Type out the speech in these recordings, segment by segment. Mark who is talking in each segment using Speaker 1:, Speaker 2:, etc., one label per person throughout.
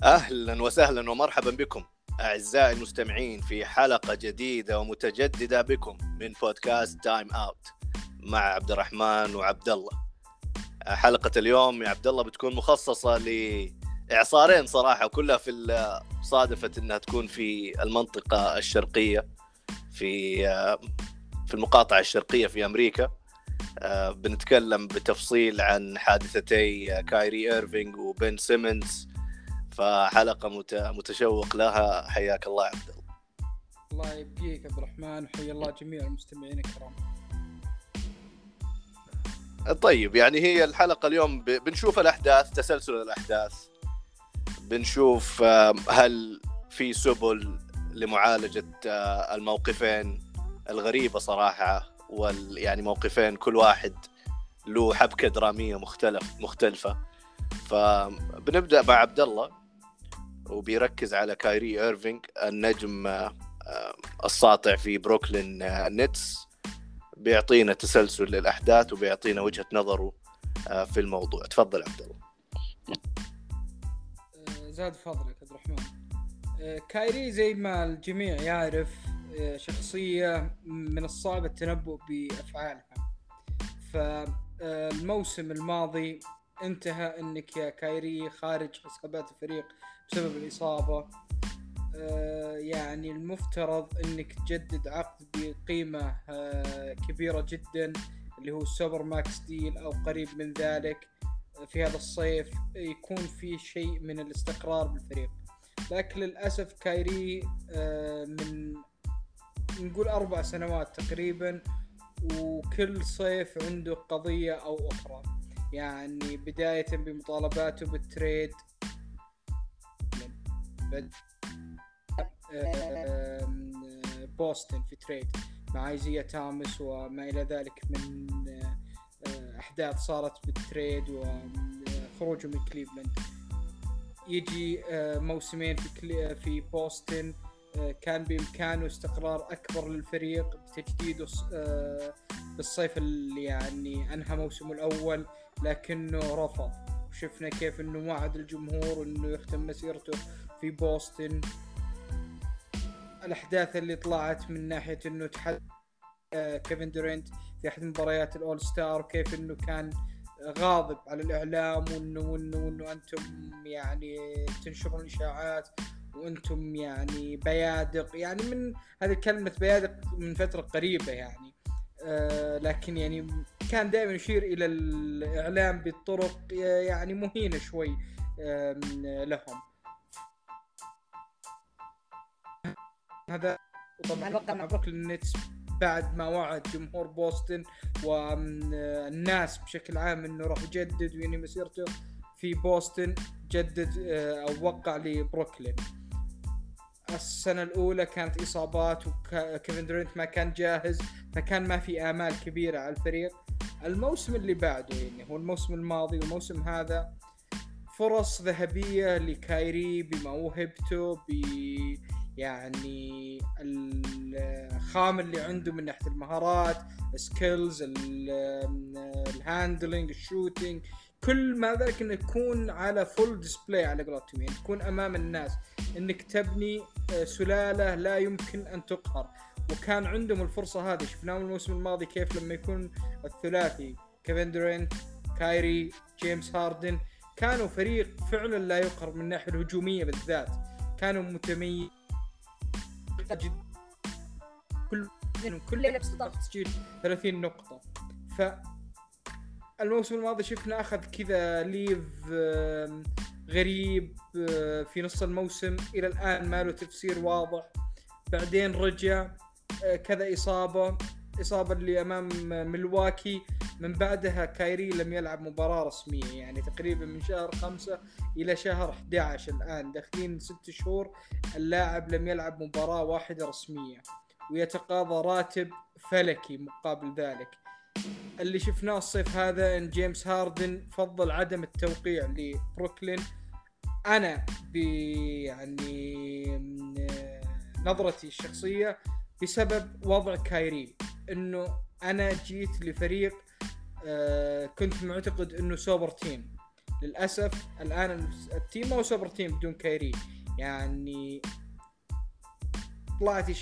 Speaker 1: أهلا وسهلا ومرحبا بكم أعزائي المستمعين في حلقة جديدة ومتجددة بكم من بودكاست تايم أوت مع عبد الرحمن وعبد الله. حلقة اليوم يا عبد الله بتكون مخصصة لإعصارين صراحة، وكلها صادفة أنها تكون في المنطقة الشرقية في المقاطعة الشرقية في أمريكا. بنتكلم بتفصيل عن حادثتي كايري إيرفينغ وبن سيمنز، فحلقة متشوق لها. حياك الله عبد الله.
Speaker 2: الله يبقيك عبد الرحمن، وحيا الله جميع المستمعين الكرام.
Speaker 1: طيب، يعني هي الحلقة اليوم بنشوف الأحداث، تسلسل الأحداث، بنشوف هل في سبل لمعالجة الموقفين الغريبة صراحة، يعني موقفين كل واحد له حبكة درامية مختلفة. فبنبدأ مع عبد الله، وبيركز على كايري إيرفينغ النجم الساطع في بروكلين نيتس. بيعطينا تسلسل للأحداث وبيعطينا وجهة نظره في الموضوع. تفضل عبد الله.
Speaker 2: زاد فضلك عبد الرحمن. كايري زي ما الجميع يعرف شخصية من الصعب التنبؤ بأفعالها. فالموسم الماضي انتهى انك يا كايري خارج حسابات الفريق بسبب الإصابة. يعني المفترض انك تجدد عقد بقيمة كبيرة جدا اللي هو السوبر ماكس ديل او قريب من ذلك في هذا الصيف، يكون في شيء من الاستقرار بالفريق. لكن للأسف كايري من نقول 4 سنوات تقريبا، وكل صيف عنده قضية أو أخرى. يعني بداية بمطالباته بالتريد، بوسطن في تريد مع ايزيا توماس وما إلى ذلك من أحداث صارت بالتريد وخروجه من كليفلاند. يجي موسمين في بوسطن كان بإمكانه استقرار أكبر للفريق بتجديده بالصيف اللي يعني أنهى موسمه الأول، لكنه رفض. وشفنا كيف أنه وعد الجمهور أنه يختم مسيرته في بوسطن. الأحداث اللي طلعت من ناحية أنه تحدث كيفن دورانت في أحد مباريات الأول ستار، كيف أنه كان غاضب على الإعلام وأنه أنتم يعني تنشرون الإشاعات وأنتم يعني بيادق، يعني من هذه كلمة بيادق من فترة قريبة يعني. لكن يعني كان دائما يشير إلى الإعلام بطرق يعني مهينة شوي لهم. هذا طبعا مع بروكلين نيتس بعد ما وعد جمهور بوسطن والناس بشكل عام انه راح يجدد وينهي مسيرته في بوسطن، جدد او وقع لبروكلين. السنة الأولى كانت إصابات وكيفن دورانت ما كان جاهز، فكان ما في آمال كبيرة على الفريق. الموسم اللي بعده يعني هو الموسم الماضي والموسم هذا فرص ذهبية لكايري بموهبته، يعني الخام اللي عنده من ناحية المهارات، سكيلز، الهاندلينج، الشوتينج، كل ما ذلك انه يكون على فول ديسبلاي على قولتهم، يعني تكون امام الناس، انك تبني سلالة لا يمكن ان تقهر. وكان عندهم الفرصة هذه، شفناه الموسم الماضي كيف لما يكون الثلاثي كيفن دورانت، كايري، جيمس هاردن، كانوا فريق فعلا لا يقهر من الناحية الهجومية بالذات. كانوا متميزين كل لعبة استطاعت تسجيل 30 نقطة. فالموسم الماضي شفنا أخذ كذا ليف غريب في نص الموسم، إلى الآن ما له تفسير واضح. بعدين رجع كذا إصابة اللي أمام ملواكي. من بعدها كايري لم يلعب مباراة رسمية، يعني تقريبا من شهر 5 إلى شهر 11 الآن داخلين 6 شهور اللاعب لم يلعب مباراة واحدة رسمية، ويتقاضى راتب فلكي مقابل ذلك. اللي شفناه الصيف هذا ان جيمس هاردن فضل عدم التوقيع لبروكلين. انا يعني نظرتي الشخصية بسبب وضع كايري، انه انا جيت لفريق كنت معتقد انه سوبر تيم، للاسف الان التيم مو سوبر تيم بدون كايري. يعني طلعت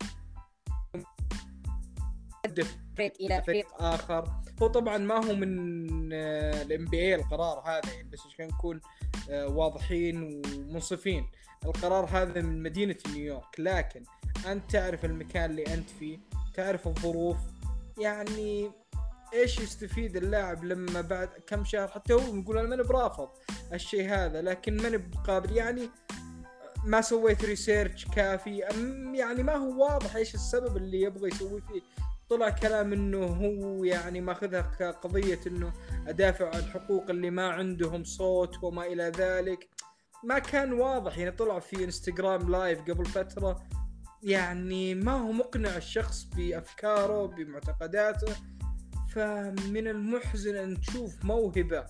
Speaker 2: الى فريق اخر. هو طبعا ما هو من الام بي اي القرار هذا، يعني بس عشان نكون واضحين ومنصفين، القرار هذا من مدينة نيويورك، لكن انت تعرف المكان اللي انت فيه، تعرف الظروف. يعني ايش يستفيد اللاعب لما بعد كم شهر، حتى هو يقول انا ماني برافض الشيء هذا لكن ماني بقابل، يعني ما سويت ريسيرش كافي، يعني ما هو واضح ايش السبب اللي يبغى يسوي فيه. طلع كلام انه هو يعني ماخذها كقضية انه ادافع عن حقوق اللي ما عندهم صوت وما الى ذلك. ما كان واضح، يعني طلع في انستغرام لايف قبل فترة، يعني ما هو مقنع الشخص بافكاره بمعتقداته. فمن المحزن ان تشوف موهبة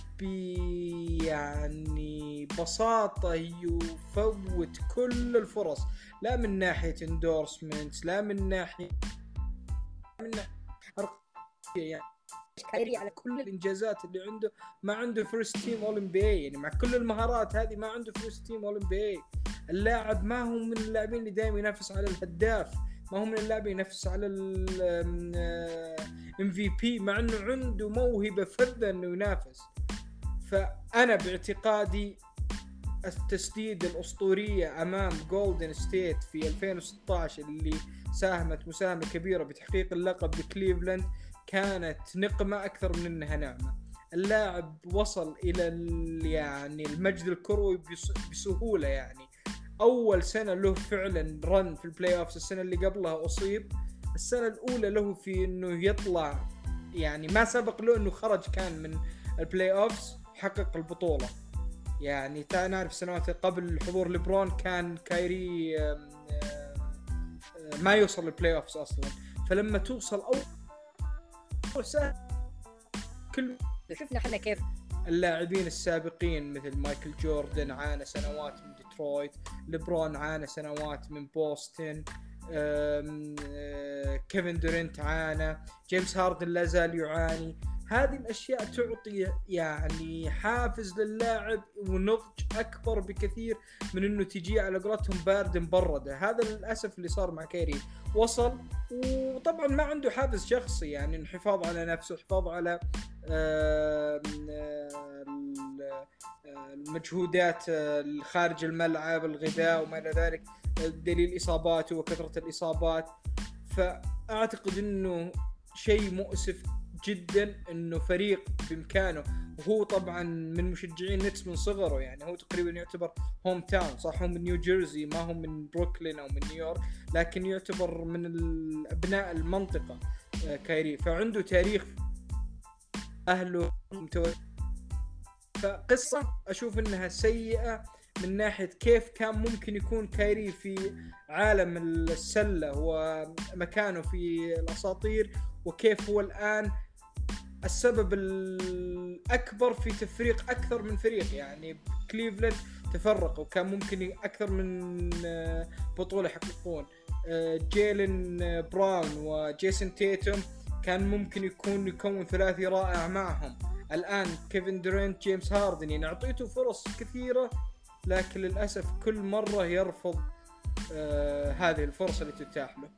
Speaker 2: يعني ببساطة يفوت كل الفرص، لا من ناحية اندورسمنت، لا من ناحية يعني كايري على كل الانجازات اللي عنده ما عنده فيرست تيم اول ام بي اي، يعني مع كل المهارات هذه ما عنده فيرست تيم اول ام بي اي. اللاعب ما هو من اللاعبين اللي دائما ينافس على الهداف، ما هو من اللاعبين ينافس على ام في بي، مع انه عنده موهبة فذة انه ينافس. فانا باعتقادي التسديد الأسطورية أمام جولدن ستيت في 2016 اللي ساهمت مساهمة كبيرة بتحقيق اللقب لكليفلاند كانت نقمة أكثر من أنها نعمة. اللاعب وصل إلى يعني المجد الكروي بسهولة. يعني أول سنة له فعلا رن في البلاي أوفس، السنة اللي قبلها أصيب، السنة الأولى له في أنه يطلع، يعني ما سبق له أنه خرج كان من البلاي أوفس حقق البطولة. يعني نعرف سنوات قبل حضور ليبرون كان كايري ما يوصل للبلاي أوفس أصلا. فلما توصل أول سنة كل
Speaker 3: شفنا احنا كيف
Speaker 2: اللاعبين السابقين مثل مايكل جوردن عانى سنوات من ديترويت، ليبرون عانى سنوات من بوسطن، كيفن دورنت عانى، جيمس هاردن لا زال يعاني. هذه الأشياء تعطي يعني حافز للاعب ونضج أكبر بكثير من أنه تجي على قولتهم بارد مبردة. هذا للأسف اللي صار مع كايري، وصل وطبعا ما عنده حافز شخصي، يعني الحفاظ على نفسه، الحفاظ على المجهودات خارج الملعب، الغذاء وما إلى ذلك، دليل إصاباته وكثرة الإصابات. فأعتقد أنه شيء مؤسف جدا انه فريق بامكانه، وهو طبعا من مشجعين نيكس من صغره، يعني هو تقريبا يعتبر هوم تاون، صح هو من نيو جيرسي ما هو من بروكلين او من نيويورك، لكن يعتبر من ابناء المنطقه كايري، فعنده تاريخ اهله فقصه اشوف انها سيئه من ناحيه كيف كان ممكن يكون كايري في عالم السله ومكانه في الاساطير، وكيف هو الآن السبب الأكبر في تفريق أكثر من فريق. يعني كليفلاند تفرقوا، كان ممكن أكثر من بطولة يحققون. جيلن براون وجيسون تيتوم كان ممكن يكون ثلاثي رائع معهم. الآن كيفن دورنت، جيمس هاردن، يعني أعطيته فرص كثيرة لكن للأسف كل مرة يرفض هذه الفرصة اللي تتاح له.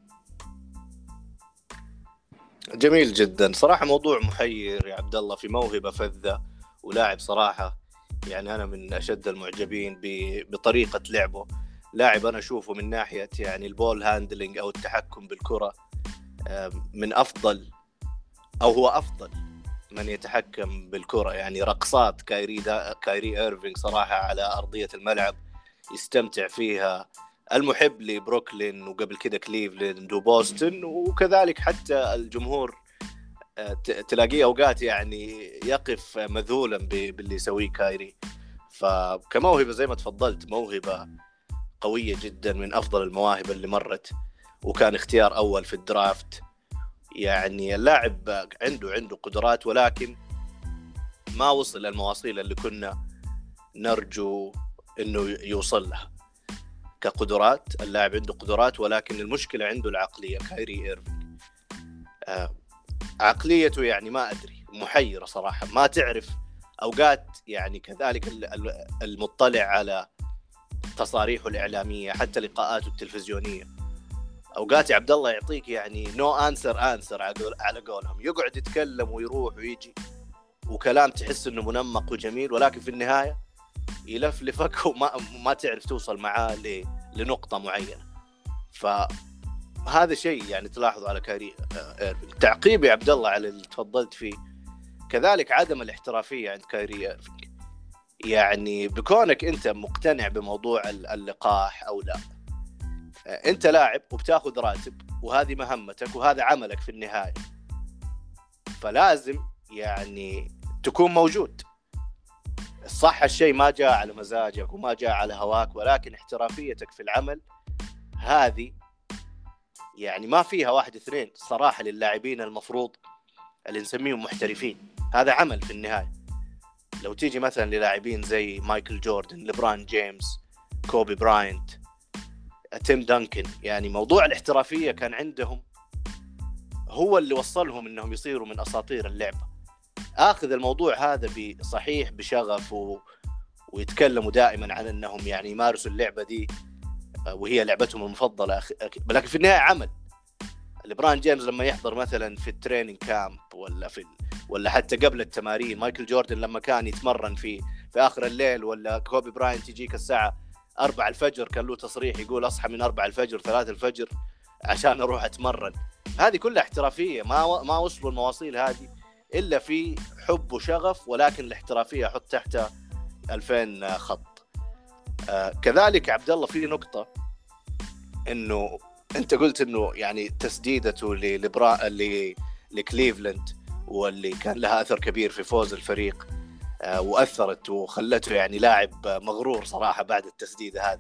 Speaker 1: جميل جدا صراحة، موضوع محير يا عبد الله، في موهبة فذة ولاعب صراحة يعني أنا من أشد المعجبين بطريقة لعبه. لاعب أنا أشوفه من ناحية يعني البول هاندلينج أو التحكم بالكرة من أفضل، أو هو أفضل من يتحكم بالكرة. يعني رقصات كايري إيرفينغ صراحة على أرضية الملعب يستمتع فيها المحب لبروكلين وقبل كده كليفلاند وبوسطن، وكذلك حتى الجمهور تلاقيه أوقات يعني يقف مذهولا باللي يسويه كايري. فكموهبة زي ما تفضلت موهبة قوية جدا، من أفضل المواهب اللي مرت، وكان اختيار أول في الدرافت. يعني اللاعب عنده قدرات ولكن ما وصل للمواصيل اللي كنا نرجو إنه يوصل لها. كقدرات اللاعب عنده قدرات، ولكن المشكلة عنده العقلية. كايري إيرفينغ عقليته يعني ما أدري، محيرة صراحة، ما تعرف اوقات يعني كذلك المطلع على تصاريحه الإعلامية حتى لقاءاته التلفزيونية، أوقات عبد الله يعطيك يعني نو أنسر على قولهم، يقعد يتكلم ويروح ويجي وكلام تحس إنه منمق وجميل، ولكن في النهاية يلفلفك وما تعرف توصل معاه لنقطة معينة. فهذا شيء يعني تلاحظه على كايري إيرفينغ. تعقيبي عبد الله على اللي تفضلت فيه، كذلك عدم الاحترافية عند كايري إيرفينغ. يعني بكونك أنت مقتنع بموضوع اللقاح أو لا، أنت لاعب وبتاخذ راتب وهذه مهمتك وهذا عملك في النهاية، فلازم يعني تكون موجود. صح الشيء ما جاء على مزاجك وما جاء على هواك، ولكن احترافيتك في العمل هذه يعني ما فيها واحد اثنين صراحة. للاعبين المفروض اللي نسميهم محترفين، هذا عمل في النهاية. لو تيجي مثلا للاعبين زي مايكل جوردن، ليبران جيمس، كوبي براينت، تيم دانكن، يعني موضوع الاحترافية كان عندهم هو اللي وصلهم انهم يصيروا من اساطير اللعبة. اخذ الموضوع هذا بصحيح بشغف ويتكلموا دائما عن انهم يعني يمارسوا اللعبة دي وهي لعبتهم المفضلة، لكن في النهاية عمل. ليبران جيمس لما يحضر مثلا في التريننج كامب ولا حتى قبل التمارين، مايكل جوردن لما كان يتمرن في آخر الليل، ولا كوبي براينت يجيك الساعة 4 الفجر كان له تصريح يقول أصحى من 4 الفجر 3 الفجر عشان أروح أتمرن. هذه كلها احترافية، ما وصلوا المواصيل هذه إلا في حب وشغف، ولكن الاحترافية حط تحتها 2000 خط. كذلك عبد الله في نقطة، إنه أنت قلت إنه يعني تسديدته لكليفلاند واللي كان لها أثر كبير في فوز الفريق، وأثرت وخلته يعني لاعب مغرور صراحة بعد التسديدة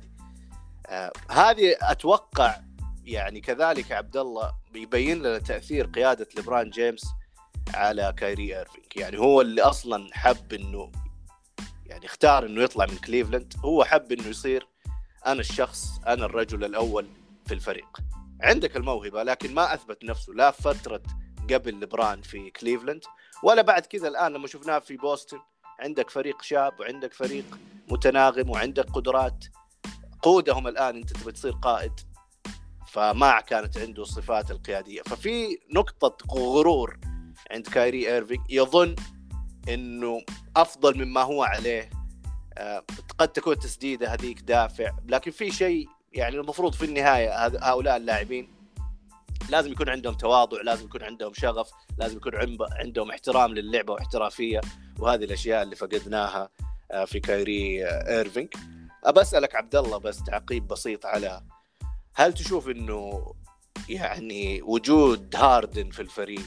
Speaker 1: هذه أتوقع يعني كذلك عبد الله بيبين لنا تأثير قيادة ليبران جيمس على كايري إيرفينغ. يعني هو اللي أصلا حب إنه يعني اختار إنه يطلع من كليفلاند، هو حب إنه يصير أنا الرجل الأول في الفريق. عندك الموهبة لكن ما أثبت نفسه لا فترة قبل ليبران في كليفلاند ولا بعد كذا. الآن لما شفناه في بوسطن، عندك فريق شاب وعندك فريق متناغم وعندك قدرات قودهم. الآن أنت تبي تصير قائد، فما كانت عنده الصفات القيادية. ففي نقطة غرور عند كايري إيرفينغ، يظن إنه أفضل مما هو عليه. قد تكون تسديدة هذيك دافع، لكن في شيء يعني المفروض في النهاية هؤلاء اللاعبين لازم يكون عندهم تواضع، لازم يكون عندهم شغف، لازم يكون عندهم احترام للعبة واحترافية، وهذه الأشياء اللي فقدناها في كايري إيرفينغ. أسألك عبد الله بس تعقيب بسيط على، هل تشوف إنه يعني وجود هاردن في الفريق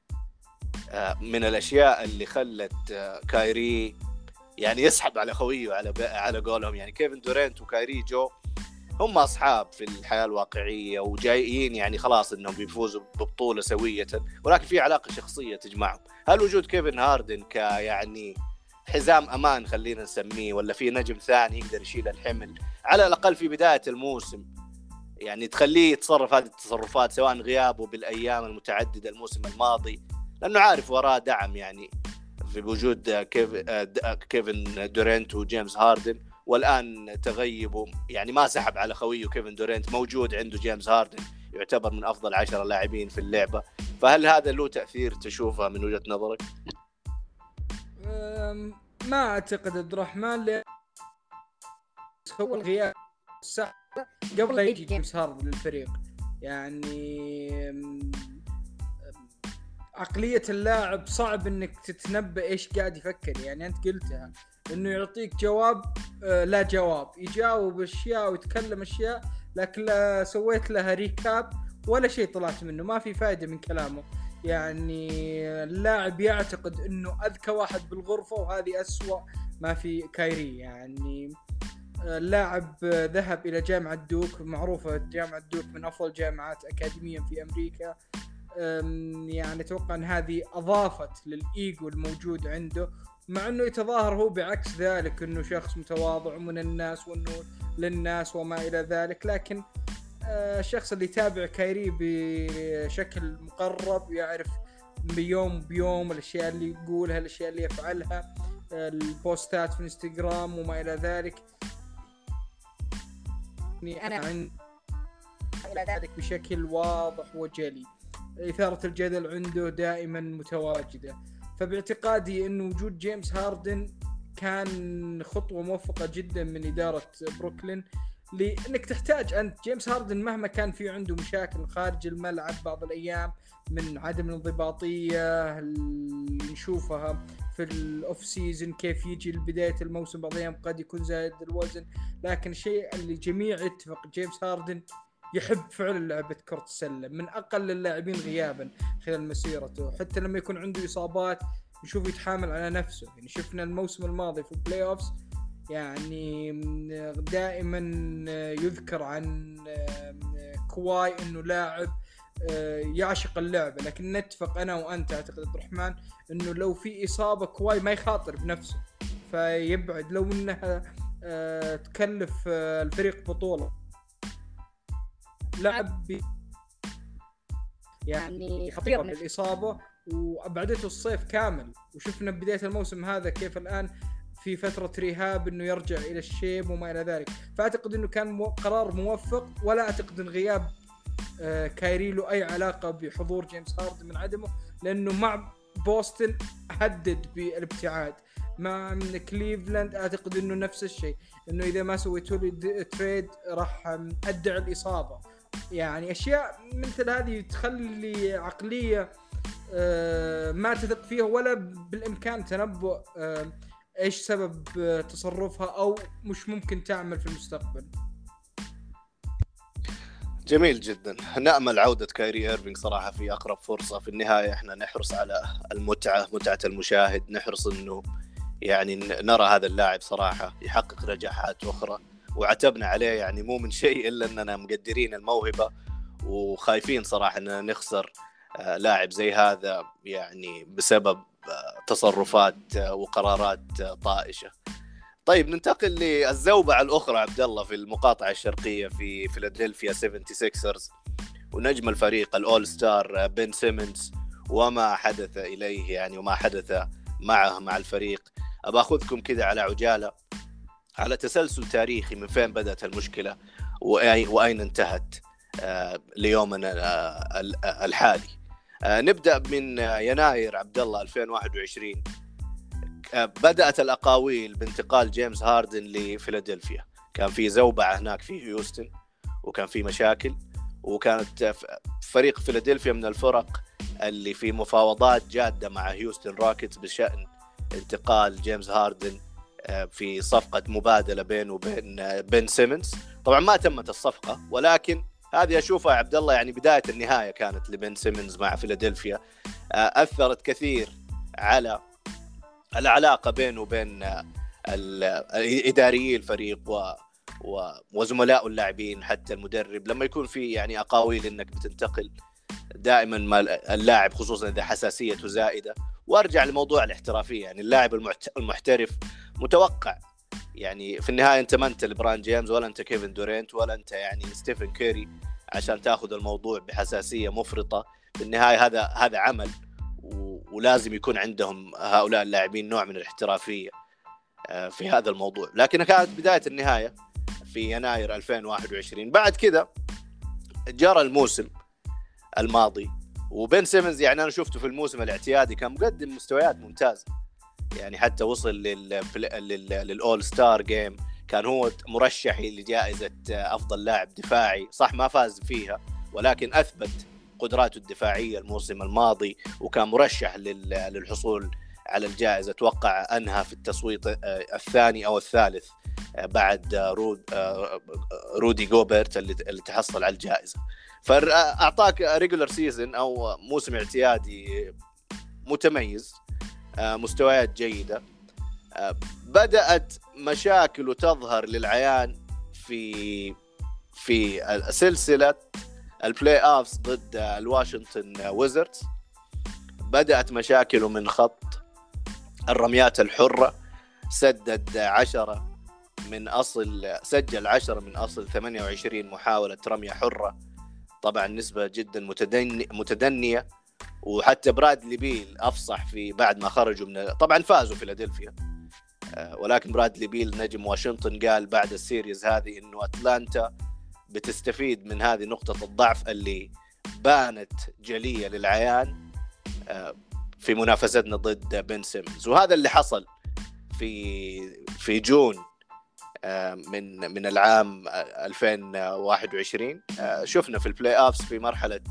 Speaker 1: من الأشياء اللي خلت كايري يعني يسحب على خويه على قولهم؟ يعني كيفن دورانت وكايري جو هم أصحاب في الحياة الواقعية وجايين يعني خلاص إنهم بيفوزوا ببطولة سوية، ولكن في علاقة شخصية تجمعهم. هل وجود كيفن هاردن يعني حزام أمان خلينا نسميه، ولا في نجم ثاني يقدر يشيل الحمل على الأقل في بداية الموسم، يعني تخليه يتصرف هذه التصرفات سواء غيابه بالأيام المتعددة الموسم الماضي، لأنه عارف وراه دعم يعني في وجود كيفن دورانت وجيمس هاردن، والآن تغيبه يعني ما سحب على خويه كيفن دورانت، موجود عنده جيمس هاردن يعتبر من أفضل 10 لاعبين في اللعبة. فهل هذا له تأثير تشوفه من وجهة نظرك؟
Speaker 2: ما أعتقد عبد الرحمن، هو الغياب قبل لا يجي جيمس هاردن للفريق. يعني عقلية اللاعب صعب انك تتنبأ ايش قاعد يفكر. يعني انت قلتها انه يعطيك جواب لا جواب، يجاوب اشياء ويتكلم اشياء، لكن لا سويت لها ريكاب ولا شيء طلعت منه، ما في فائدة من كلامه. يعني اللاعب يعتقد انه اذكى واحد بالغرفة وهذه أسوأ ما في كايري. يعني اللاعب ذهب الى جامعة دوك، معروفة جامعة دوك من افضل الجامعات اكاديميا في امريكا. يعني اتوقع ان هذه اضافت للايجو الموجود عنده، مع انه يتظاهر هو بعكس ذلك انه شخص متواضع ومن الناس وانه للناس وما الى ذلك. لكن الشخص اللي يتابع كايري بشكل مقرب يعرف بيوم الاشياء اللي يقولها، الاشياء اللي يفعلها، البوستات في انستغرام وما الى ذلك. يعني انا عندي الى ذلك بشكل واضح وجلي، إثارة الجدل عنده دائما متواجدة. فباعتقادي انه وجود جيمس هاردن كان خطوة موفقة جدا من إدارة بروكلين، لأنك تحتاج أنت جيمس هاردن مهما كان في عنده مشاكل خارج الملعب بعض الأيام من عدم الانضباطية اللي نشوفها في الأوف سيزن، كيف يجي لبداية الموسم بعض الأيام قد يكون زائد الوزن، لكن الشيء اللي جميع يتفق جيمس هاردن يحب فعلا لعبة كرة السلة، من أقل اللاعبين غيابا خلال مسيرته. حتى لما يكون عنده إصابات نشوف يتحامل على نفسه. يعني شفنا الموسم الماضي في البلاي أوفس يعني دائما يذكر عن كواي انه لاعب يعشق اللعبة، لكن نتفق انا وانت اعتقد عبد الرحمن انه لو في اصابة كواي ما يخاطر بنفسه، فيبعد لو انها تكلف الفريق بطولة لاعب يعني خطير بالإصابة وأبعدته الصيف كامل. وشفنا بداية الموسم هذا كيف الآن في فترة رهاب انه يرجع الى الشيب وما الى ذلك. فاعتقد انه كان قرار موفق، ولا اعتقد ان غياب كايري له اي علاقة بحضور جيمس هاردن من عدمه، لانه مع بوسطن هدد بالابتعاد، مع كليفلاند اعتقد انه نفس الشيء، انه اذا ما سويتوا لي تريد راح ادعي الاصابة. يعني اشياء مثل هذه تخلي عقلية ما تثق فيها، ولا بالامكان تنبؤ ايش سبب تصرفها او مش ممكن تعمل في المستقبل.
Speaker 1: جميل جدا. نأمل عودة كايري إيرفينغ صراحة في أقرب فرصة. في النهاية احنا نحرص على متعة المشاهد، نحرص انه يعني نرى هذا اللاعب صراحة يحقق نجاحات أخرى، وعتبنا عليه يعني مو من شيء إلا أننا مقدرين الموهبة وخايفين صراحة أننا نخسر لاعب زي هذا يعني بسبب تصرفات وقرارات طائشة. طيب ننتقل للزوبعة الأخرى عبد الله في المقاطعة الشرقية في فيلادلفيا 76رز، ونجم الفريق الأول ستار بن سيمنز وما حدث إليه يعني وما حدث معه مع الفريق. أباخذكم كذا على عجالة على تسلسل تاريخي من فين بدأت المشكلة وأين انتهت ليومنا الحالي. نبدأ من يناير عبد الله 2021. بدأت الأقاويل بانتقال جيمس هاردن لفيلادلفيا. كان في زوبعة هناك في هيوستن وكان في مشاكل، وكانت فريق فيلادلفيا من الفرق اللي في مفاوضات جادة مع هيوستن روكيتس بشأن انتقال جيمس هاردن في صفقة مبادلة بينه وبين بن سيمنز. طبعا ما تمت الصفقة، ولكن هذه أشوفها عبد الله يعني بداية النهاية كانت لبن سيمنز مع فيلادلفيا. أثرت كثير على العلاقة بينه وبين إداريي الفريق وزملاء اللاعبين، حتى المدرب. لما يكون في يعني أقاويل إنك بتنتقل دائما ما اللاعب خصوصا إذا حساسيته زائدة. وأرجع لموضوع الاحترافية، يعني اللاعب المحترف متوقع يعني في النهاية أنت ما أنت لبران جيمس ولا أنت كيفن دورينت ولا أنت يعني ستيفن كيري عشان تأخذ الموضوع بحساسية مفرطة. في النهاية هذا عمل، ولازم يكون عندهم هؤلاء اللاعبين نوع من الاحترافية في هذا الموضوع. لكن كانت بداية النهاية في يناير 2021. بعد كده جرى الموسم الماضي، وبن سيمنز يعني أنا شفته في الموسم الاعتيادي كان مقدم مستويات ممتازة، يعني حتى وصل للأول ستار جيم، كان هو مرشح لجائزة أفضل لاعب دفاعي. صح ما فاز فيها، ولكن أثبت قدراته الدفاعية الموسم الماضي، وكان مرشح للحصول على الجائزة. توقع أنها في التصويت الثاني أو الثالث بعد رودي جوبرت اللي تحصل على الجائزة. فأعطاك ريجولر سيزن أو موسم اعتيادي متميز، مستويات جيدة. بدأت مشاكل تظهر للعيان في سلسلة البلاي أوفس ضد الواشنطن ويزردز. بدأت مشاكله من خط الرميات الحرة، سجل 10 من أصل 28 محاولة رمية حرة، طبعا نسبة جدا متدنية. وحتى برادلي بيل أفصح في بعد ما خرجوا طبعا فازوا فيلادلفيا، ولكن برادلي بيل نجم واشنطن قال بعد السيريز هذه إنه أتلانتا بتستفيد من هذه نقطة الضعف اللي بانت جلية للعيان في منافستنا ضد بن سيمنز. وهذا اللي حصل في جون من العام 2021. شفنا في البلاي أوفس في مرحلة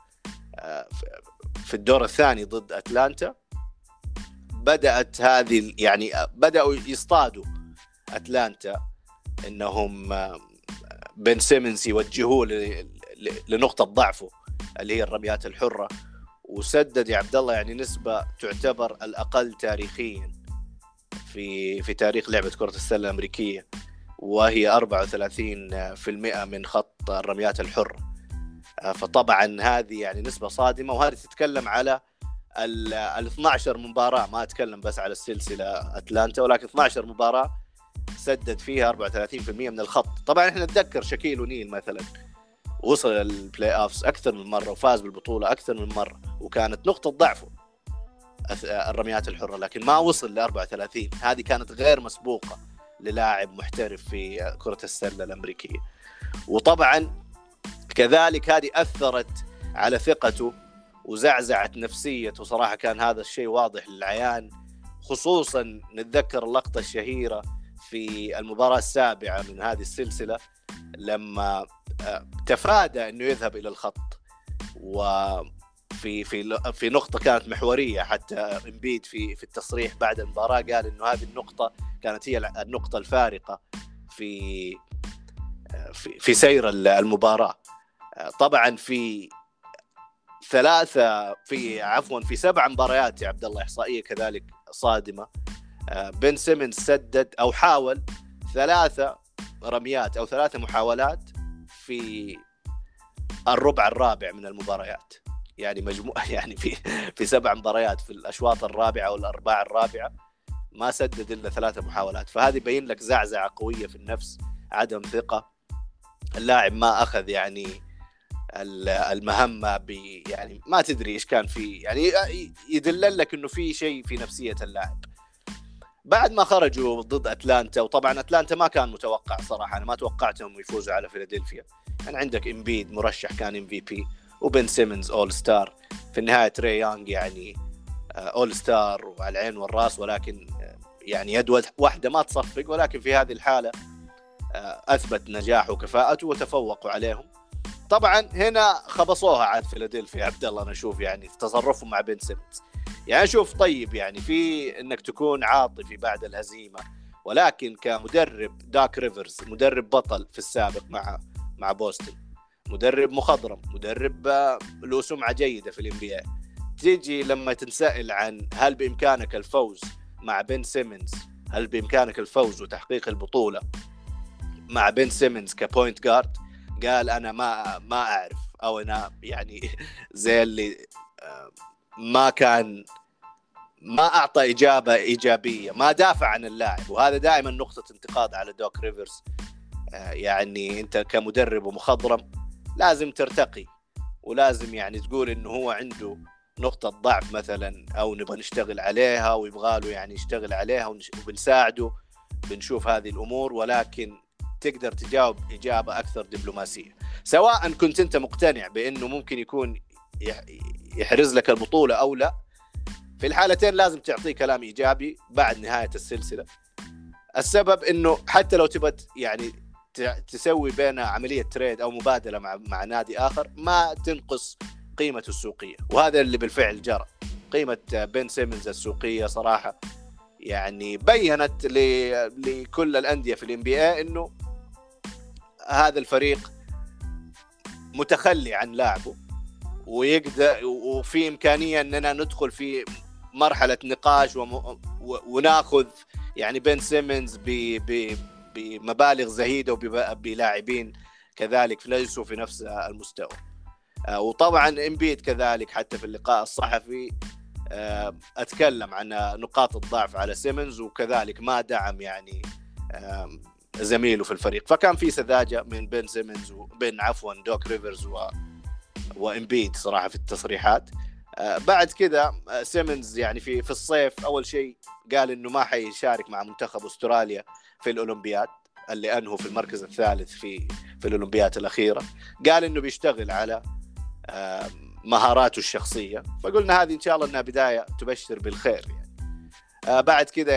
Speaker 1: في الدور الثاني ضد أتلانتا بدأت هذه يعني بدأوا يصطادوا أتلانتا إنهم بن سيمنز يوجهوه لنقطة ضعفه اللي هي الرميات الحرة، وسدد يا عبد الله يعني نسبة تعتبر الأقل تاريخيا في تاريخ لعبة كرة السلة الأمريكية، وهي 34% من خط الرميات الحرة. فطبعا هذه يعني نسبة صادمة، وهذه تتكلم على ال 12 مباراة، ما أتكلم بس على السلسلة أتلانتا، ولكن 12 مباراة سدد فيها 34% من الخط. طبعا احنا نتذكر شاكيل أونيل مثلا وصل البلاي أوفس أكثر من مرة وفاز بالبطولة أكثر من مرة، وكانت نقطة ضعفه الرميات الحرة، لكن ما وصل ل 34. هذه كانت غير مسبوقة للاعب محترف في كرة السلة الأمريكية. وطبعا كذلك هذه أثرت على ثقته وزعزعت نفسيته. صراحة كان هذا الشيء واضح للعيان، خصوصا نتذكر اللقطة الشهيرة في المباراة السابعة من هذه السلسلة لما تفادى أنه يذهب إلى الخط، وفي نقطة كانت محورية. حتى إمبيد في التصريح بعد المباراة قال أنه هذه النقطة كانت هي النقطة الفارقة في سير المباراة. طبعا في 7 مباريات يا عبد الله، إحصائية كذلك صادمة، بن سيمنز سدد أو حاول 3 رميات أو 3 محاولات في الربع الرابع من المباريات. يعني مجموعة يعني في 7 مباريات في الأشواط الرابعة والأرباع الرابعة ما سدد إلا 3 محاولات. فهذه بين لك زعزعة قوية في النفس، عدم ثقة. اللاعب ما أخذ يعني المهمة يعني ما تدري إيش كان فيه، يعني يدل لك إنه في شيء في نفسية اللاعب. بعد ما خرجوا ضد أتلانتا، وطبعا أتلانتا ما كان متوقع صراحة، أنا ما توقعتهم يفوزوا على فيلادلفيا. يعني عندك إمبيد مرشح كان MVP، وبن سيمنز أول ستار، في النهاية تري يانغ يعني أول ستار وعلى العين والراس، ولكن يعني يد واحدة ما تصفق. ولكن في هذه الحالة أثبت نجاحه وكفاءته وتفوقوا عليهم. طبعا هنا خبصوها عاد فيلادلفيا عبد الله. أنا أشوف يعني تصرفهم مع بن سيمنز، يعني أشوف طيب يعني في إنك تكون عاطفي بعد الهزيمة، ولكن كمدرب داك ريفرز مدرب بطل في السابق مع بوسطن، مدرب مخضرم، مدرب له سمعة جيدة في الNBA، تيجي لما تنسأل عن هل بإمكانك الفوز مع بن سيمنز، هل بإمكانك الفوز وتحقيق البطولة مع بن سيمنز كبوينت جارد، قال أنا ما أعرف، أو أنا يعني زي اللي ما أعطى إجابة إيجابية، ما دافع عن اللاعب. وهذا دائما نقطة انتقاد على دوك ريفرز. يعني أنت كمدرب ومخضرم لازم ترتقي، ولازم يعني تقول إنه هو عنده نقطة ضعف مثلا، أو نبغى نشتغل عليها ويبغى له يعني يشتغل عليها وبنساعده، بنشوف هذه الأمور، ولكن تقدر تجاوب إجابة أكثر دبلوماسية. سواء كنت أنت مقتنع بأنه ممكن يكون يحرز لك البطولة أو لا، في الحالتين لازم تعطيه كلام إيجابي بعد نهاية السلسلة. السبب أنه حتى لو تبت يعني تسوي بين عملية تريد أو مبادلة مع نادي آخر، ما تنقص قيمته السوقية، وهذا اللي بالفعل جرى. قيمة بن سيمنز السوقية صراحة يعني بيّنت لكل الأندية في الNBA أنه هذا الفريق متخلي عن لاعبه، ويقدر وفي إمكانية أننا ندخل في مرحلة نقاش وناخذ يعني بن سيمنز بمبالغ زهيدة وبلاعبين كذلك ليسوا في نفس المستوى. وطبعا إمبيد كذلك حتى في اللقاء الصحفي أتكلم عن نقاط الضعف على سيمنز، وكذلك ما دعم يعني زميله في الفريق. فكان في سذاجة من بن سيمنز وبين دوك ريفرز وإمبيد صراحة في التصريحات. بعد كذا سيمنز يعني في الصيف أول شيء قال إنه ما حيشارك مع منتخب أستراليا في الأولمبياد اللي أنهوا في المركز الثالث في الأولمبياد الأخيرة. قال إنه بيشتغل على مهاراته الشخصية، فقلنا هذه إن شاء الله إنها بداية تبشر بالخير يعني. بعد كذا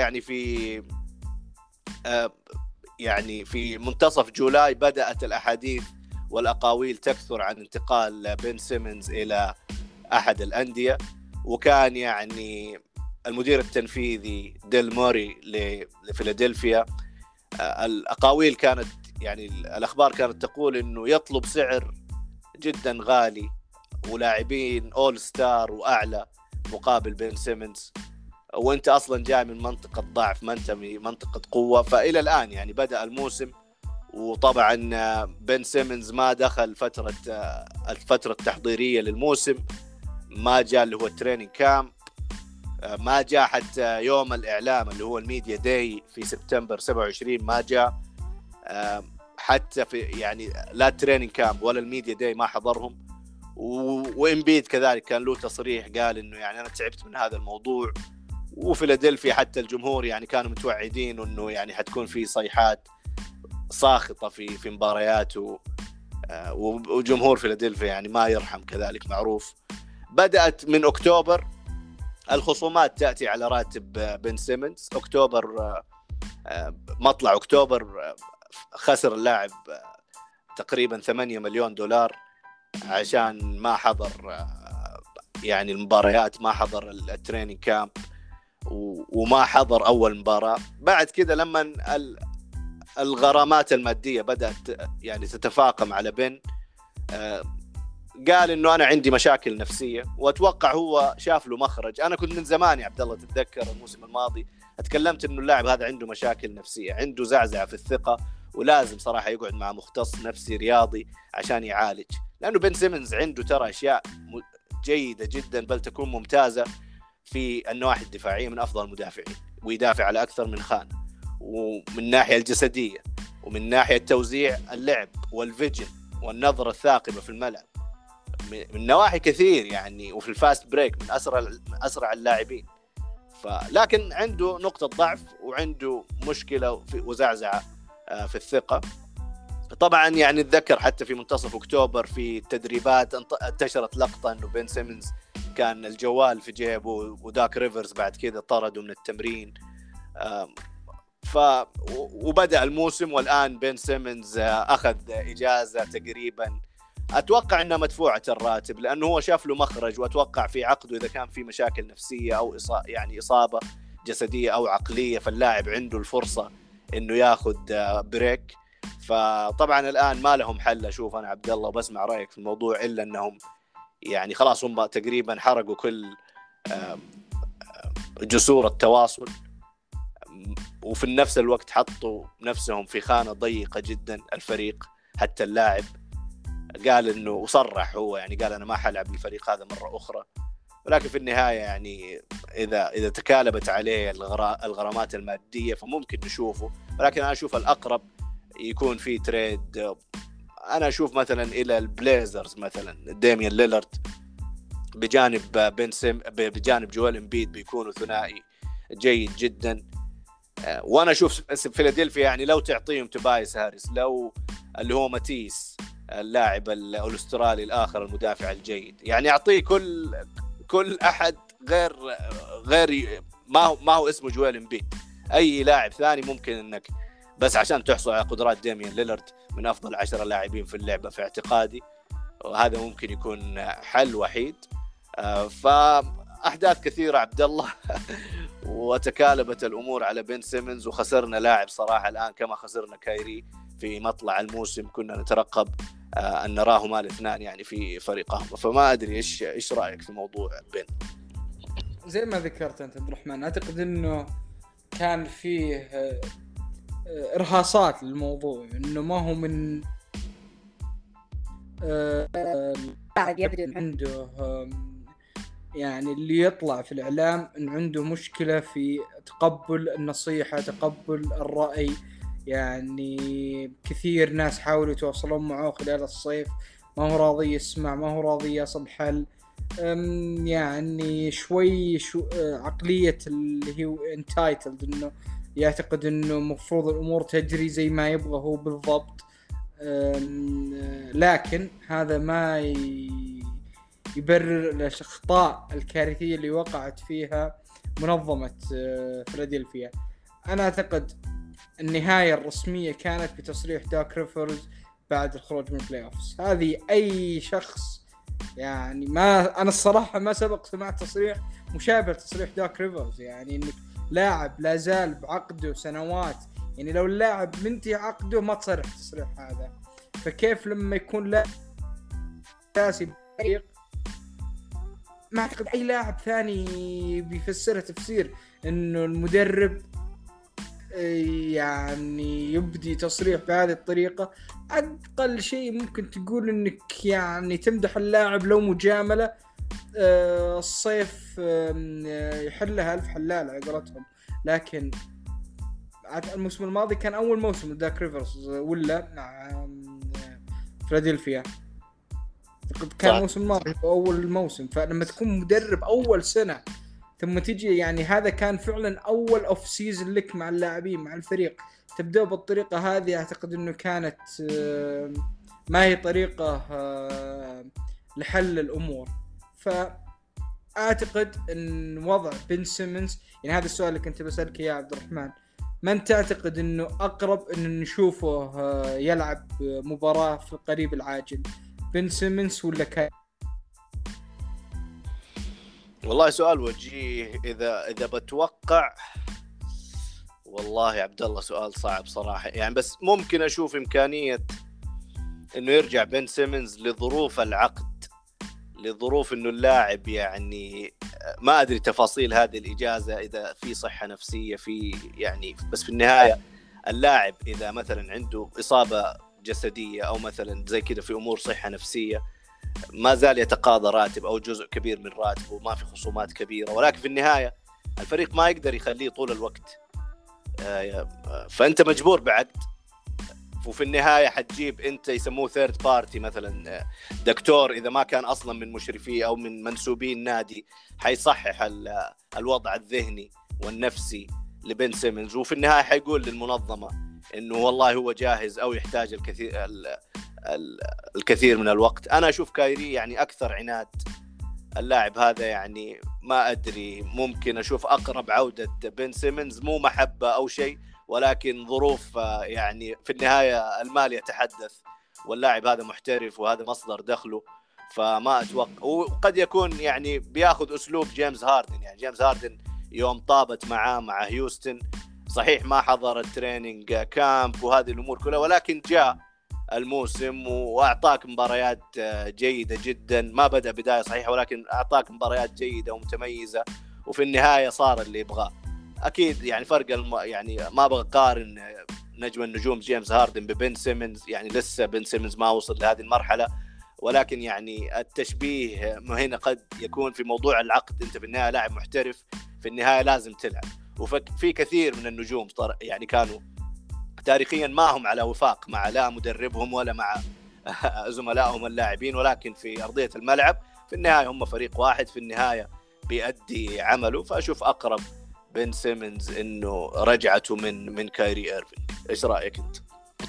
Speaker 1: يعني في منتصف جولاي بدأت الأحاديث والأقاويل تكثر عن انتقال بن سيمنز إلى أحد الأندية، وكان يعني المدير التنفيذي ديل موري لفيلادلفيا الأقاويل كانت يعني الأخبار كانت تقول إنه يطلب سعر جدا غالي ولاعبين أول ستار وأعلى مقابل بن سيمنز، وانت اصلا جاي من منطقه ضعف ما انت من منطقه قوه. فالى الان يعني بدا الموسم، وطبعا بن سيمنز ما دخل الفتره التحضيريه للموسم، ما جاء اللي هو التريننج كامب، ما جاء حتى يوم الاعلام اللي هو الميديا داي في سبتمبر 27 ما جاء، حتى في يعني لا التريننج كامب ولا الميديا داي ما حضرهم. وإمبيد كذلك كان له تصريح قال انه يعني انا تعبت من هذا الموضوع. وفيلادلفيا حتى الجمهور يعني كانوا متوعدين انه يعني حتكون في صيحات ساخطه في مبارياته، وجمهور فيلادلفيا يعني ما يرحم كذلك معروف. بدأت من أكتوبر الخصومات تأتي على راتب بن سيمنز. أكتوبر مطلع أكتوبر خسر اللاعب تقريبا $8 مليون عشان ما حضر يعني المباريات، ما حضر التريننج كامب وما حضر أول مباراة. بعد كده لما الغرامات المادية بدأت يعني تتفاقم على بن، قال إنه أنا عندي مشاكل نفسية، وأتوقع هو شاف له مخرج. أنا كنت من زمان يا عبد الله تتذكر الموسم الماضي أتكلمت إنه اللاعب هذا عنده مشاكل نفسية، عنده زعزعة في الثقة، ولازم صراحة يقعد مع مختص نفسي رياضي عشان يعالج. لأنه بن سيمنز عنده ترى أشياء جيدة جدا بل تكون ممتازة في النواحي الدفاعية، من أفضل المدافعين ويدافع على أكثر من خانة، ومن الناحية الجسدية ومن ناحية توزيع اللعب والفيجن والنظرة الثاقبة في الملعب، من نواحي كثير يعني. وفي الفاست بريك من أسرع اللاعبين. لكن عنده نقطة ضعف وعنده مشكلة وزعزعة في الثقة. طبعا يعني اتذكر حتى في منتصف أكتوبر في التدريبات انتشرت لقطة أنه بن سيمنز كان الجوال في جيبه، وداك ريفرز بعد كده طرده من التمرين. وبدأ الموسم، والآن بن سيمنز أخذ إجازة تقريبا أتوقع أنها مدفوعة الراتب، لأنه هو شاف له مخرج. وأتوقع في عقده إذا كان في مشاكل نفسية أو يعني إصابة جسدية أو عقلية، فاللاعب عنده الفرصة أنه ياخذ بريك. فطبعا الآن ما لهم حل أشوف أنا عبد الله، وبسمع رأيك في الموضوع، إلا أنهم يعني خلاص هم تقريبا حرقوا كل جسور التواصل، وفي نفس الوقت حطوا نفسهم في خانة ضيقة جدا الفريق. حتى اللاعب قال انه وصرح هو يعني قال انا ما حلعب الفريق هذا مرة اخرى. ولكن في النهاية يعني اذا تكالبت عليه الغرامات المادية فممكن نشوفه، ولكن انا اشوف الاقرب يكون في تريد. انا اشوف مثلا الى البليزرز مثلا ديميان ليلارد بجانب بجانب جويل امبيد بيكونوا ثنائي جيد جدا. وانا اشوف فيلادلفيا يعني لو تعطيهم توبايس هاريس، لو اللي هو ماتيس اللاعب الاسترالي الاخر المدافع الجيد، يعني اعطيه كل احد غير ما هو اسمه جويل امبيد، اي لاعب ثاني ممكن انك بس عشان تحصل على قدرات ديميان ليلارد من افضل 10 لاعبين في اللعبه في اعتقادي، وهذا ممكن يكون حل وحيد. فاحداث كثيره عبد الله وتكالبت الامور على بن سيمنز، وخسرنا لاعب صراحه الان كما خسرنا كايري في مطلع الموسم. كنا نترقب ان نراهما الاثنين يعني في فريقهم. فما ادري ايش رايك في موضوع بن؟
Speaker 2: زي ما ذكرت انت عبد الرحمن، اعتقد انه كان فيه ارهاصات للموضوع، انه ما هو من يبدو عنده يعني اللي يطلع في الإعلام إن عنده مشكلة في تقبل النصيحة، تقبل الرأي. يعني كثير ناس حاولوا يتواصلون معه خلال الصيف، ما هو راضي يسمع، ما هو راضي يصل حل. يعني شوي عقلية اللي هو انتايتلد، انه يعتقد انه مفروض الامور تجري زي ما يبغى هو بالضبط. لكن هذا ما يبرر الأخطاء الكارثية اللي وقعت فيها منظمة فيلادلفيا. أنا أعتقد النهاية الرسمية كانت بتصريح داك ريفرز بعد الخروج من البلاي أوفس. هذه أي شخص يعني ما أنا الصراحة ما سبق سمعت تصريح مشابه تصريح داك ريفرز، يعني إنك لاعب لا زال بعقده سنوات، يعني لو اللاعب منتهي عقده ما تصرح تصريح هذا، فكيف لما يكون لاعب أساسي فريق؟ ما أعتقد أي لاعب ثاني بيفسرها تفسير إنه المدرب يعني يبدي تصريح بهذه الطريقة. أقل شيء ممكن تقول إنك يعني تمدح اللاعب لو مجاملة، الصيف يحلها ألف حلال على قولتهم. لكن الموسم الماضي كان أول موسم لداك ريفرز ولا مع فيلادلفيا، كان موسم الماضي أول موسم. فلما تكون مدرب أول سنة ثم تيجي يعني هذا كان فعلا أول أوف سيزن لك مع اللاعبين مع الفريق، تبدأ بالطريقة هذه، أعتقد أنه كانت ما هي طريقة لحل الأمور. فأعتقد أن وضع بن سيمنز، يعني هذا السؤال اللي كنت بسألك يا عبد الرحمن، من تعتقد أنه أقرب أن نشوفه يلعب مباراة في القريب العاجل، بن سيمنز ولا كايري؟
Speaker 1: والله سؤال وجيه. إذا بتوقع، والله يا عبد الله سؤال صعب صراحة يعني، بس ممكن أشوف إمكانية إنه يرجع بن سيمنز لظروف العقد، لظروف إنه اللاعب يعني ما أدري تفاصيل هذه الإجازة، إذا في صحة نفسية في يعني، بس في النهاية اللاعب إذا مثلا عنده إصابة جسدية أو مثلا زي كده في أمور صحة نفسية ما زال يتقاضى راتب أو جزء كبير من راتبه وما في خصومات كبيرة، ولكن في النهاية الفريق ما يقدر يخليه طول الوقت، فأنت مجبور بعقد. وفي النهاية حتجيب أنت يسموه ثيرد بارتي مثلا دكتور، إذا ما كان أصلا من مشرفيه أو من منسوبين نادي، حيصحح الوضع الذهني والنفسي لبن سيمنز، وفي النهاية حيقول للمنظمة إنه والله هو جاهز أو يحتاج الكثير من الوقت. أنا أشوف كايري يعني أكثر عناد اللاعب هذا، يعني ما أدري، ممكن أشوف أقرب عودة بن سيمنز مو محبة أو شيء، ولكن ظروف يعني في النهاية المال يتحدث، واللاعب هذا محترف وهذا مصدر دخله، فما أتوقع. وقد يكون يعني بياخذ أسلوب جيمس هاردن، يعني جيمس هاردن يوم طابت معاه مع هيوستن صحيح ما حضر التريننج كامب وهذه الأمور كلها، ولكن جاء الموسم وأعطاك مباريات جيدة جدا، ما بدأ بداية صحيحة ولكن أعطاك مباريات جيدة ومتميزة، وفي النهاية صار اللي يبغاه. أكيد يعني فرق يعني ما أبغى أقارن نجم النجوم جيمس هاردن ببن سيمنز، يعني لسه بن سيمنز ما وصل لهذه المرحلة، ولكن يعني التشبيه هنا قد يكون في موضوع العقد. أنت في النهاية لاعب محترف، في النهاية لازم تلعب، وفي كثير من النجوم يعني كانوا تاريخيا ما هم على وفاق مع لا مدربهم ولا مع زملائهم اللاعبين، ولكن في أرضية الملعب في النهاية هم فريق واحد، في النهاية بيأدي عمله. فأشوف أقرب بن سيمنز إنه رجعته من كايري إيرفينغ. إيش رأيك أنت؟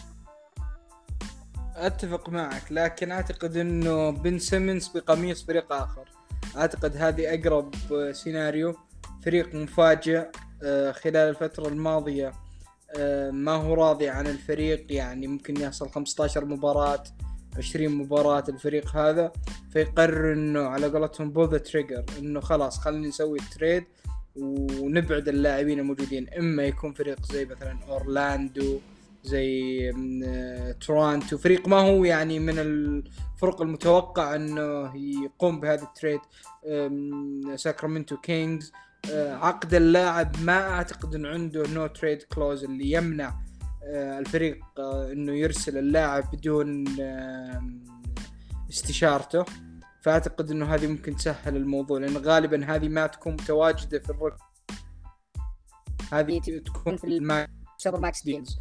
Speaker 2: أتفق معك، لكن أعتقد إنه بن سيمنز بقميص فريق آخر. أعتقد هذه أقرب سيناريو، فريق مفاجئ خلال الفترة الماضية ما هو راضي عن الفريق، يعني ممكن يحصل 15 مباراة 20 مباراة الفريق هذا، فيقرر إنه على قولتهم بول ذا تريجر، إنه خلاص خلينا نسوي التريد ونبعد اللاعبين الموجودين. إما يكون فريق زي مثلا أورلاندو، زي تورونتو، فريق ما هو يعني من الفرق المتوقع إنه يقوم بهذا التريد، ساكرامنتو كينجز. عقد اللاعب ما أعتقد أنه عنده نو تريد كلوز اللي يمنع الفريق أنه يرسل اللاعب بدون استشارته، فأعتقد أنه هذه ممكن تسهل الموضوع، لأن غالبا هذه ما تكون متواجدة في الركب، هذه تكون في السوبر ماكس ديلز.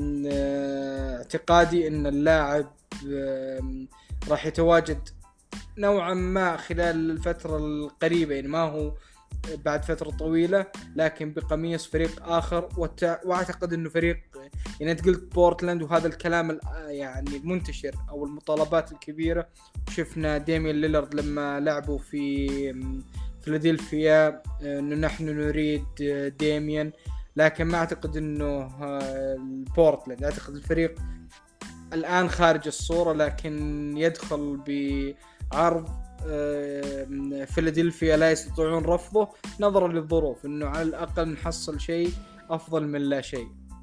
Speaker 2: فاعتقادي أن اللاعب راح يتواجد نوعا ما خلال الفترة القريبة، يعني ما هو بعد فترة طويلة، لكن بقميص فريق آخر. وأعتقد أنه فريق، يعني أنت قلت بورتلاند وهذا الكلام يعني المنتشر أو المطالبات الكبيرة. شفنا ديميان ليلارد لما لعبوا في فيلادلفيا أنه نحن نريد ديميان، لكن ما أعتقد أنه بورتلاند، أعتقد الفريق الآن خارج الصورة، لكن يدخل بعرض فيلادلفيا لا يستطيعون رفضه نظرا للظروف، انه على الاقل نحصل شيء افضل من لا شيء.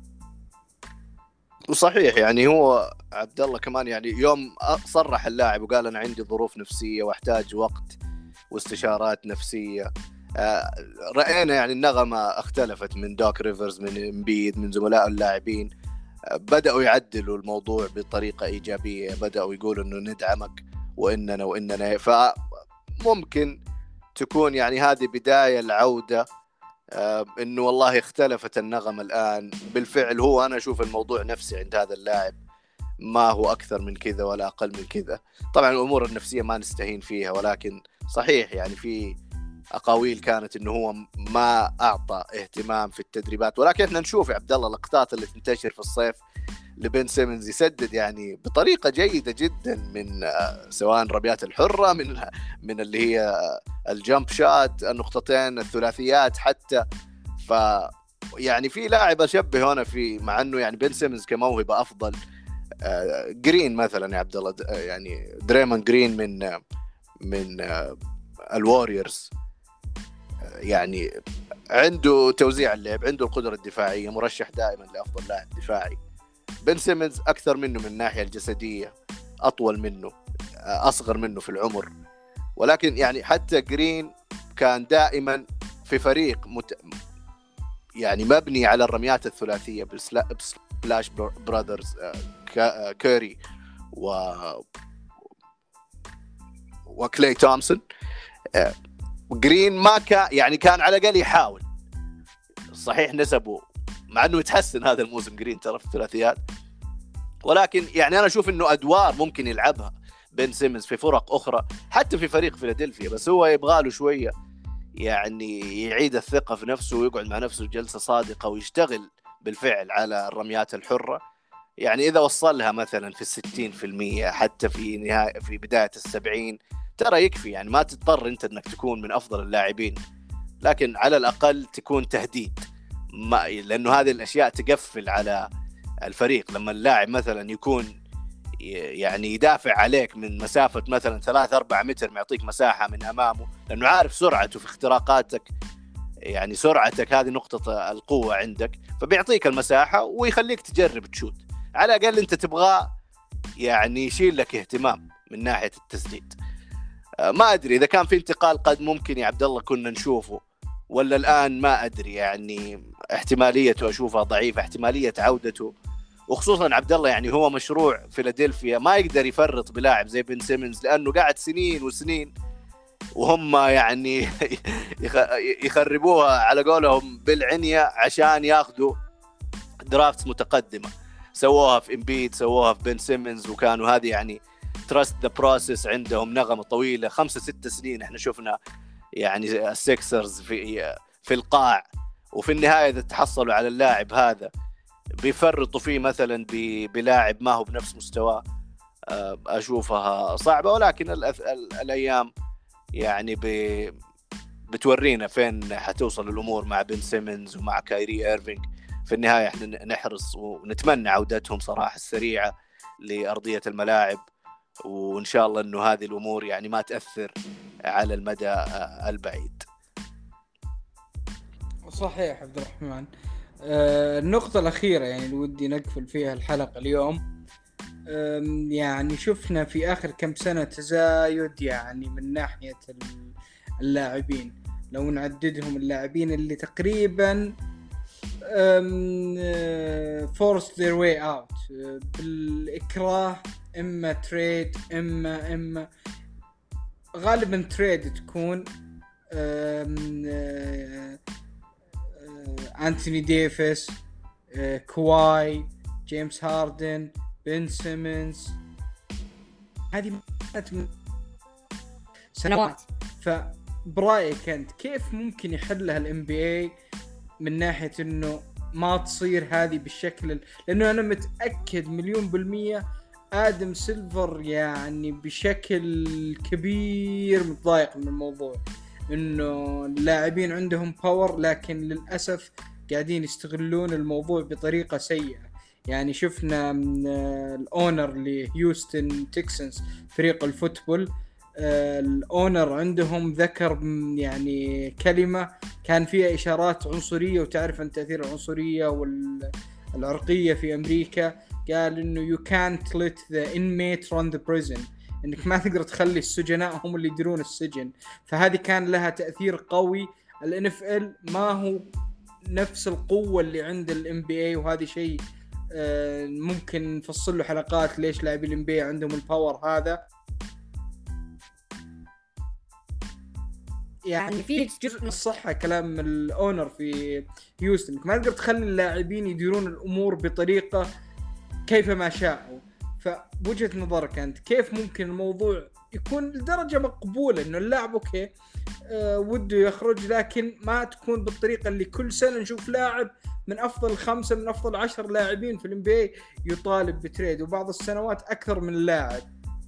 Speaker 1: وصحيح يعني هو عبد الله كمان يعني يوم صرح اللاعب وقال انا عندي ظروف نفسيه واحتاج وقت واستشارات نفسيه، راينا يعني النغمه اختلفت من دوك ريفرز، من امبيد، من زملاء اللاعبين. بدأوا يعدلوا الموضوع بطريقة إيجابية، بدأوا يقولوا إنه ندعمك وإننا فممكن تكون يعني هذه بداية العودة. إنه والله اختلفت النغمة الآن بالفعل. هو أنا أشوف الموضوع نفسي عند هذا اللاعب، ما هو أكثر من كذا ولا أقل من كذا. طبعا الأمور النفسية ما نستهين فيها، ولكن صحيح يعني في أقاويل كانت إنه هو ما أعطى اهتمام في التدريبات. ولكن إحنا نشوف يا عبد الله اللقطات اللي تنتشر في الصيف لبن سيمنز يسدد يعني بطريقة جيدة جدا من سواء رميات الحرة، من اللي هي الجامب شات، النقطتين، الثلاثيات حتى. ف يعني في لاعب أشبه هنا في، مع إنه يعني بن سيمنز كموهبة أفضل. جرين مثلا يا عبد الله، يعني دريمون جرين من الواريورز، يعني عنده توزيع اللعب، عنده القدرة الدفاعية، مرشح دائما لأفضل لاعب دفاعي. بن سيمنز أكثر منه من الناحية الجسدية، أطول منه، أصغر منه في العمر. ولكن يعني حتى جرين كان دائما في فريق يعني مبني على الرميات الثلاثية بسلاش برادرز، كيري وكلي تومسون. جرين ما كان يعني كان على الأقل يحاول. صحيح نسبه مع أنه يتحسن هذا الموسم جرين ترى في الثلاثيات، ولكن يعني أنا أشوف أنه أدوار ممكن يلعبها بن سيمنز في فرق أخرى، حتى في فريق فيلادلفيا. بس هو يبغى له شوية يعني يعيد الثقة في نفسه ويقعد مع نفسه جلسة صادقة ويشتغل بالفعل على الرميات الحرة. يعني إذا وصلها مثلا في 60%، حتى في بداية 70، ترى يكفي. يعني ما تضطر أنت أنك تكون من أفضل اللاعبين، لكن على الأقل تكون تهديد، لأنه هذه الأشياء تقفل على الفريق. لما اللاعب مثلا يكون يعني يدافع عليك من مسافة مثلا 3-4 متر، معطيك مساحة من أمامه، لأنه عارف سرعته في اختراقاتك، يعني سرعتك هذه نقطة القوة عندك، فبيعطيك المساحة ويخليك تجرب تشوت. على الأقل أنت تبغى يعني يشيل لك اهتمام من ناحية التسديد. ما أدري إذا كان في انتقال قد ممكن يا عبد الله كنا نشوفه، ولا الآن ما أدري. يعني احتماليته أشوفها ضعيفة، احتمالية عودته، وخصوصا عبد الله يعني هو مشروع فيلادلفيا، ما يقدر يفرط بلاعب زي بن سيمنز، لأنه قاعد سنين وسنين وهم يعني يخربوها على قولهم بالعنية عشان ياخذوا درافتس متقدمة. سووها في امبيد، سووها في بن سيمنز، وكانوا هذه يعني trust the process عندهم، نغمة طويلة 5-6 سنين. احنا شفنا يعني السيكسرز في القاع، وفي النهاية إذا تحصلوا على اللاعب هذا بيفرطوا فيه مثلا بلاعب ما هو بنفس مستواه. أشوفها صعبة، ولكن الأيام يعني بتورينا فين حتوصل الأمور مع بن سيمنز ومع كايري إيرفينج. في النهاية احنا نحرص ونتمنى عودتهم صراحة السريعة لأرضية الملاعب، وإن شاء الله أنه هذه الأمور يعني ما تأثر على المدى البعيد.
Speaker 2: صحيح عبد الرحمن. النقطة الأخيرة يعني اللي ودي نقفل فيها الحلقة اليوم، يعني شفنا في آخر كم سنة تزايد يعني من ناحية اللاعبين، لو نعددهم اللاعبين اللي تقريبا forced their way out بالإكراه، إما تريد إما غالبا تريد تكون. أنتوني ديفيس، كواي، جيمس هاردن، بن سيمنز، هذه سنوات. فبرايك انت كيف ممكن يحلها الام بي اي من ناحيه انه ما تصير هذه بالشكل لانه انا متاكد 1,000,000% ادم سيلفر يعني بشكل كبير متضايق من الموضوع، انه اللاعبين عندهم باور لكن للاسف قاعدين يستغلون الموضوع بطريقه سيئه. يعني شفنا من الاونر لهيوستن تكسنز فريق الفوتبول، الاونر عندهم ذكر يعني كلمه كان فيها اشارات عنصريه، وتعرف ان تاثير العنصريه والعرقيه في امريكا. قال انه you can't let the inmate run the prison، انك ما تقدر تخلي السجناء هم اللي يديرون السجن. فهذه كان لها تاثير قوي. ال NFL ما هو نفس القوه اللي عند الام بي اي، وهذا شيء ممكن نفصل له حلقات ليش لاعبي الام بي اي عندهم الباور هذا. يعني في جزء من الصحة كلام الأونر في هيوستن، انك ما تقدر تخلي اللاعبين يديرون الأمور بطريقة كيفما شاءوا. فوجهة نظرك أنت كيف ممكن الموضوع يكون لدرجة مقبولة إنه اللاعب أوكي وده يخرج، لكن ما تكون بالطريقة اللي كل سنة نشوف لاعب من أفضل 5 من أفضل 10 لاعبين في الام بي اي يطالب بتريد، وبعض السنوات أكثر من اللاعب.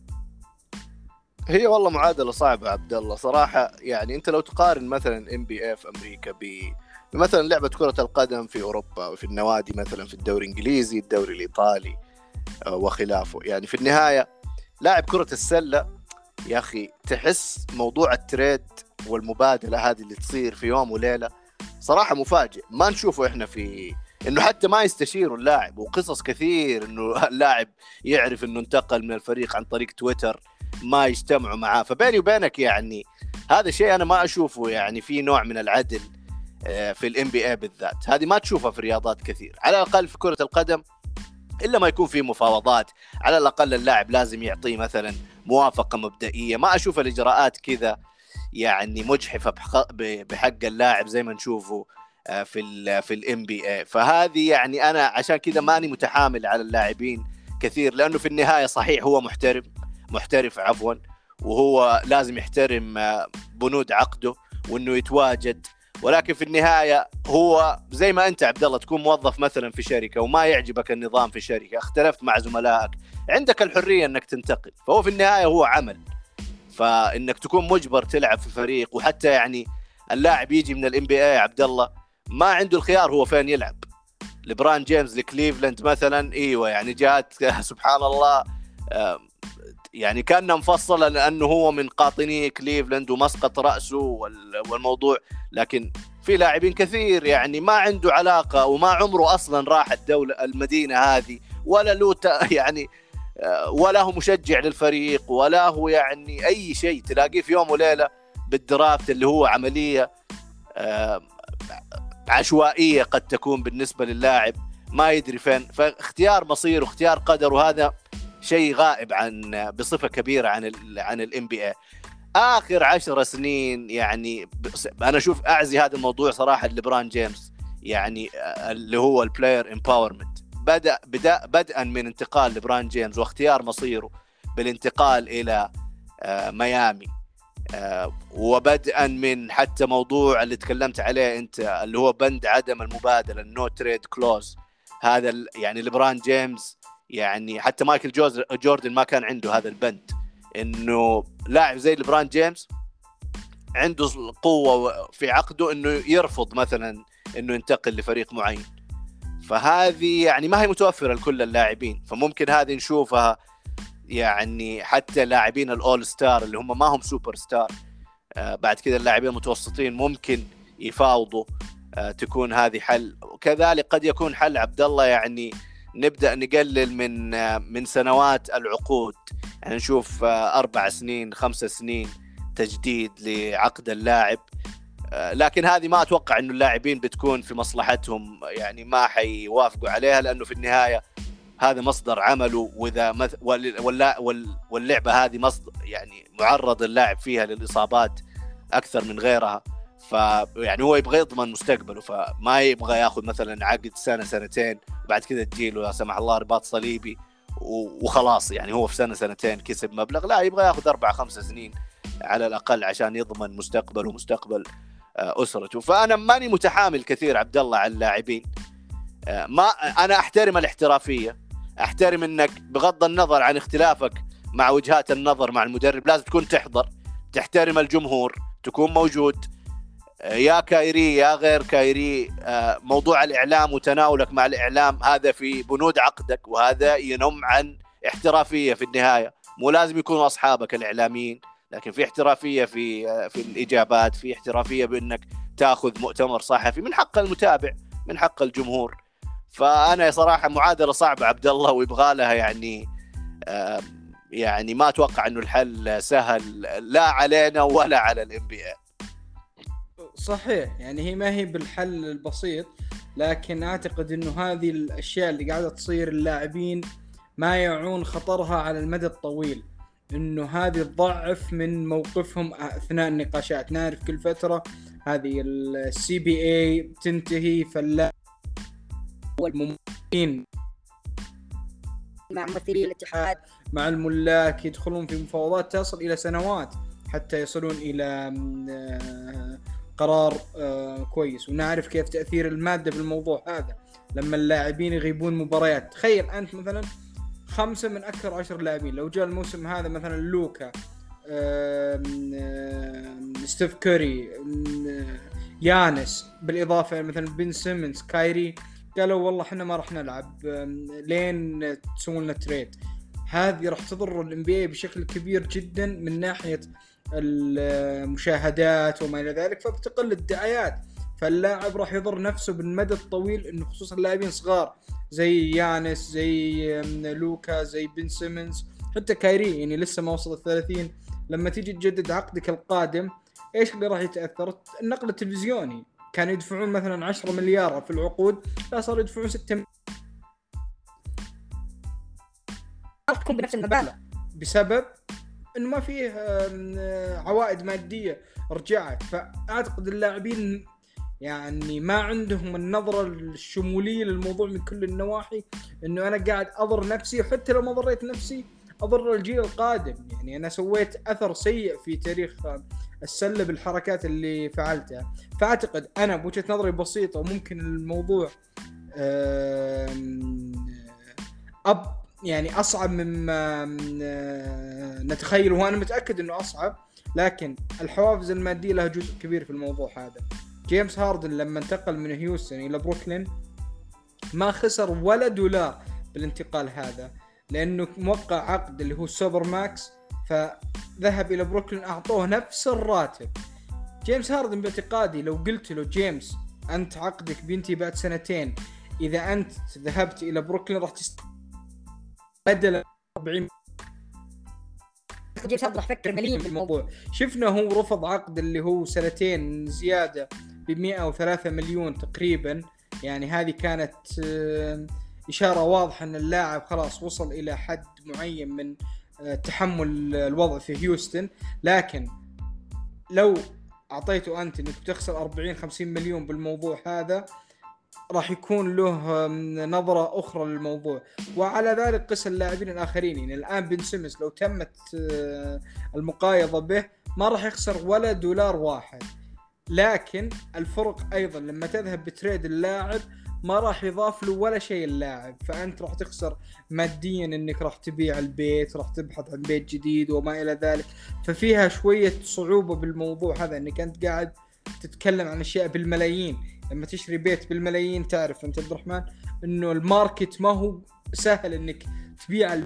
Speaker 1: هي والله معادلة صعبة عبد الله صراحة. يعني أنت لو تقارن مثلا NBA في أمريكا بمثلا لعبة كرة القدم في أوروبا وفي النوادي مثلا في الدوري الإنجليزي الدوري الإيطالي وخلافه، يعني في النهاية لاعب كرة السلة يا أخي تحس موضوع التريد والمبادلة هذه اللي تصير في يوم وليلة صراحة مفاجئ. ما نشوفه إحنا في إنه حتى ما يستشيروا اللاعب، وقصص كثير إنه اللاعب يعرف إنه انتقل من الفريق عن طريق تويتر ما يجتمعوا معاه. فبيني وبينك يعني هذا شيء أنا ما أشوفه يعني في نوع من العدل في الام بي اي بالذات. هذه ما تشوفها في رياضات كثير، على الأقل في كرة القدم إلا ما يكون في مفاوضات على الأقل اللاعب لازم يعطيه مثلا موافقة مبدئية. ما أشوف الإجراءات كذا يعني مجحفة بحق اللاعب زي ما نشوفه في الام بي اي. فهذه يعني أنا عشان كذا ماني متحامل على اللاعبين كثير، لأنه في النهاية صحيح هو محترف عفوا، وهو لازم يحترم بنود عقده وانه يتواجد، ولكن في النهاية هو زي ما انت عبد الله تكون موظف مثلا في شركة وما يعجبك النظام في شركة، اختلفت مع زملائك، عندك الحرية انك تنتقل. فهو في النهاية هو عمل، فانك تكون مجبر تلعب في فريق. وحتى يعني اللاعب يجي من الام بي اي عبد الله ما عنده الخيار هو فين يلعب. لبران جيمس لكليفلاند مثلا ايوه يعني جات سبحان الله يعني كان مفصل لأنه هو من قاطني كليفلاند ومسقط رأسه والموضوع. لكن في لاعبين كثير يعني ما عنده علاقة وما عمره أصلا راح الدولة المدينة هذه، ولا له يعني ولا هو مشجع للفريق ولا هو يعني أي شيء. تلاقيه في يوم وليلة بالدرافت اللي هو عملية عشوائية قد تكون بالنسبة للاعب ما يدري فين. فاختيار مصير واختيار قدر، وهذا شيء غائب بصفة كبيرة عن الام بي اي آخر 10 سنين. يعني أنا أشوف أعزي هذا الموضوع صراحة لبران جيمس، يعني اللي هو البلاير امباورمنت. بدءا من انتقال لبران جيمس واختيار مصيره بالانتقال إلى ميامي، وبدءا من حتى موضوع اللي تكلمت عليه أنت اللي هو بند عدم المبادلة النو تريد كلوز. هذا يعني لبران جيمس يعني حتى مايكل جوردن ما كان عنده هذا البند، انه لاعب زي لبران جيمس عنده قوة في عقده انه يرفض مثلا انه ينتقل لفريق معين. فهذه يعني ما هي متوفرة لكل اللاعبين. فممكن هذه نشوفها يعني حتى لاعبين الأول ستار اللي هم ما هم سوبر ستار بعد كده اللاعبين المتوسطين ممكن يفاوضوا، تكون هذه حل. وكذلك قد يكون حل عبد الله يعني نبدأ نقلل من سنوات العقود، يعني نشوف 4 سنين 5 سنين تجديد لعقد اللاعب. لكن هذه ما أتوقع أنه اللاعبين بتكون في مصلحتهم، يعني ما حيوافقوا عليها، لأنه في النهاية هذا مصدر عمله، وإذا واللعبة هذه مصدر يعني معرض اللاعب فيها للإصابات أكثر من غيرها. فيعني هو يبغى يضمن مستقبله، فما يبغى ياخذ مثلا عقد 1 2 وبعد كذا تجيله لا سمح الله رباط صليبي وخلاص. يعني هو في 1 2 كسب مبلغ، لا يبغى ياخذ 4 5 سنين على الأقل عشان يضمن مستقبل ومستقبل أسرته. فأنا ماني متحامل كثير عبد الله على اللاعبين. ما أنا أحترم الاحترافية، أحترم أنك بغض النظر عن اختلافك مع وجهات النظر مع المدرب لازم تكون تحضر، تحترم الجمهور، تكون موجود يا كايري يا غير كايري. موضوع الإعلام وتناولك مع الإعلام هذا في بنود عقدك، وهذا ينم عن احترافية في النهاية. مو لازم يكونوا أصحابك الإعلاميين، لكن في احترافية في الإجابات، في احترافية بأنك تأخذ مؤتمر صحفي من حق المتابع من حق الجمهور. فأنا صراحة معادلة صعبة عبد الله ويبغى لها يعني ما أتوقع أنه الحل سهل لا علينا ولا على الNBA.
Speaker 2: صحيح، يعني هي ما هي بالحل البسيط، لكن أعتقد أنه هذه الأشياء اللي قاعدة تصير اللاعبين ما يعون خطرها على المدى الطويل، أنه هذه تضعف من موقفهم أثناء النقاشات. نعرف كل فترة هذه CBA تنتهي، فاللاعب والممثلين مع ممثلي الاتحاد مع الملاك يدخلون في مفاوضات تصل إلى سنوات حتى يصلون إلى قرار كويس. ونعرف كيف تأثير المادة بالموضوع هذا لما اللاعبين يغيبون مباريات. تخيل أنت مثلا 5 من أكثر 10 لاعبين، لو جاء الموسم هذا مثلا لوكا، ستيف كوري، يانس، بالإضافة مثلا بن سيمنز، كايري، قالوا والله احنا ما راح نلعب لين تسوون لنا تريد. هذه راح تضر الNBA بشكل كبير جدا من ناحية المشاهدات وما إلى ذلك، فبتقل الدعايات. فاللاعب راح يضر نفسه بالمدى الطويل، إنه خصوصا اللاعبين صغار زي يانس، زي لوكا، زي بن سيمنز، حتى كايري يعني لسه ما وصل 30. لما تيجي تجدد عقدك القادم إيش اللي راح يتأثر؟ النقل التلفزيوني. كانوا يدفعون مثلا 10 مليار في العقود، لا صاروا يدفعون 6 تكون بنفس المبالغ، بسبب انه ما فيه عوائد مادية رجعت. فأعتقد اللاعبين يعني ما عندهم النظرة الشمولية للموضوع من كل النواحي، انه انا قاعد اضر نفسي، وحتى لو ما ضريت نفسي اضر الجيل القادم. يعني انا سويت اثر سيء في تاريخ السلة بالحركات اللي فعلتها. فأعتقد أنا بوجهة نظري بسيطة، وممكن الموضوع يعني أصعب مما نتخيل، وأنا متأكد أنه أصعب، لكن الحوافز المادية لها جزء كبير في الموضوع هذا. جيمس هاردن لما انتقل من هيوستن إلى بروكلين ما خسر ولا دولار بالانتقال هذا، لأنه موقع عقد اللي هو سوبر ماكس، فذهب إلى بروكلين أعطوه نفس الراتب. جيمس هاردن باعتقادي لو قلت له جيمس أنت عقدك بينتهي بعد 2 سنين، إذا أنت ذهبت إلى بروكلين راح بدل 40. جيمس هاردن راح يفكر مليون في الموضوع. شفنا هو رفض عقد اللي هو 2 زيادة ب103 مليون تقريبا. يعني هذه كانت إشارة واضحة أن اللاعب خلاص وصل إلى حد معين من تحمل الوضع في هيوستن. لكن لو أعطيته أنت أنك بتخسر 40-50 مليون بالموضوع هذا، راح يكون له نظرة أخرى للموضوع. وعلى ذلك قس اللاعبين الآخرين. يعني الآن بن سيمنز لو تمت المقايضة به ما راح يخسر ولا دولار واحد، لكن الفرق أيضا لما تذهب بتريد اللاعب ما راح يضاف له ولا شيء اللاعب، فأنت راح تخسر ماديا، إنك راح تبيع البيت، راح تبحث عن بيت جديد وما إلى ذلك. ففيها شوية صعوبة بالموضوع هذا، إنك أنت قاعد تتكلم عن أشياء بالملايين. لما تشتري بيت بالملايين تعرف أنت عبد الرحمن إنه الماركت ما هو سهل إنك تبيع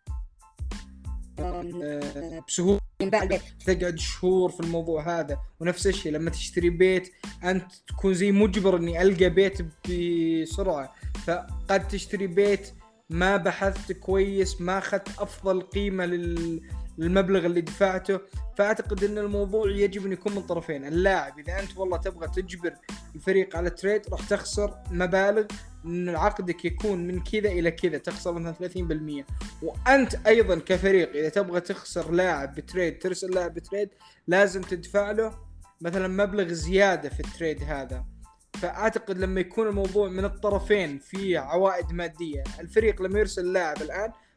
Speaker 2: بسهولة، تقعد شهور في الموضوع هذا. ونفس الشيء لما تشتري بيت أنت تكون زي مجبر إني ألقى بيت بسرعة، فقد تشتري بيت ما بحثت كويس، ما أخذت أفضل قيمة للمبلغ اللي دفعته. فأعتقد أن الموضوع يجب أن يكون من طرفين. اللاعب إذا أنت والله تبغى تجبر الفريق على تريد راح تخسر مبالغ، إن عقدك يكون من كذا إلى كذا، تخسر مثلا 30%. وأنت أيضا كفريق إذا تبغى تخسر لاعب بتريد، ترسل لاعب بتريد، لازم تدفع له مثلا مبلغ زيادة في التريد هذا. فأعتقد لما يكون الموضوع من الطرفين في عوائد مادية، الفريق لما يرسل لاعب الآن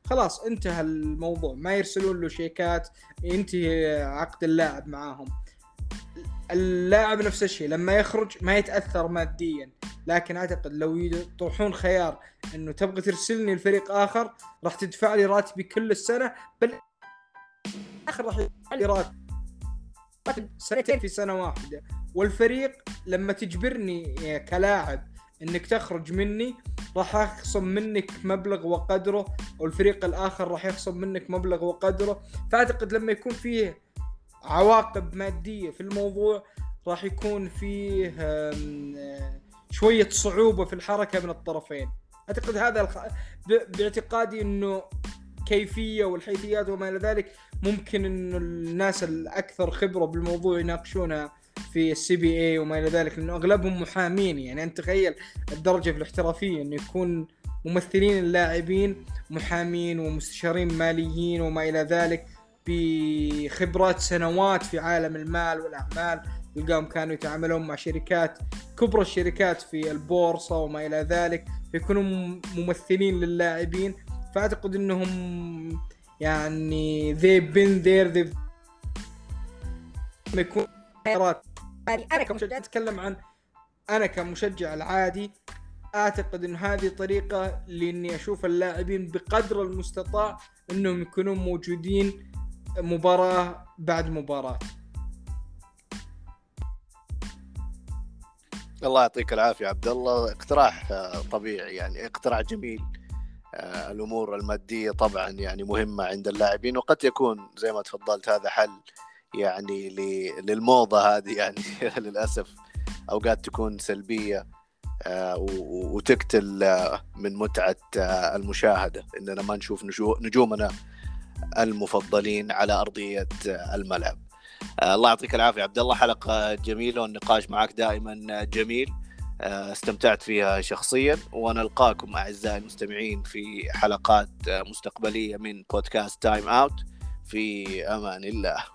Speaker 2: خلاص انتهى الموضوع، ما يرسلون له شيكات، ينتهي عقد اللاعب معاهم. اللاعب نفس الشيء لما يخرج ما يتأثر ماديا، لكن أعتقد لو يطرحون خيار إنه تبغى ترسلني لفريق آخر راح تدفع لي راتبي كل السنة، بل آخر راح يدفع لي راتب سنتين في سنة واحدة، والفريق لما تجبرني كلاعب إنك تخرج مني راح أخصم منك مبلغ وقدره، والفريق الآخر راح يخصم منك مبلغ وقدره. فأعتقد لما يكون فيه عواقب مادية في الموضوع راح يكون فيه شوية صعوبة في الحركة من الطرفين. أعتقد هذا باعتقادي أنه كيفية والحيثيات وما إلى ذلك ممكن أنه الناس الأكثر خبرة بالموضوع يناقشونها في CBA وما إلى ذلك، لأنه أغلبهم محامين. يعني أنت تخيل الدرجة في الاحترافية أنه يكون ممثلين اللاعبين محامين ومستشارين ماليين وما إلى ذلك بخبرات سنوات في عالم المال والأعمال، لقاهم كانوا يتعاملون مع شركات كبرى الشركات في البورصة وما إلى ذلك، فيكونوا ممثلين للاعبين. فأعتقد أنهم يعني they've been there ما يكون خيارات. أنا كمشجع أتكلم عن أنا كمشجع العادي، أعتقد أن هذه طريقة لأني أشوف اللاعبين بقدر المستطاع أنهم يكونون موجودين مباراة بعد مباراة.
Speaker 1: الله يعطيك العافية عبد الله، اقتراح طبيعي، يعني اقتراح جميل. الأمور المادية طبعا يعني مهمة عند اللاعبين، وقد يكون زي ما تفضلت هذا حل يعني للموضة هذه يعني للأسف أوقات تكون سلبية وتقتل من متعة المشاهدة، إننا ما نشوف نجومنا المفضلين على أرضية الملعب. الله يعطيك العافية عبد الله، حلقة جميلة والنقاش معك دائما جميل، استمتعت فيها شخصيا، ونلقاكم أعزائي المستمعين في حلقات مستقبلية من بودكاست تايم أوت. في أمان الله.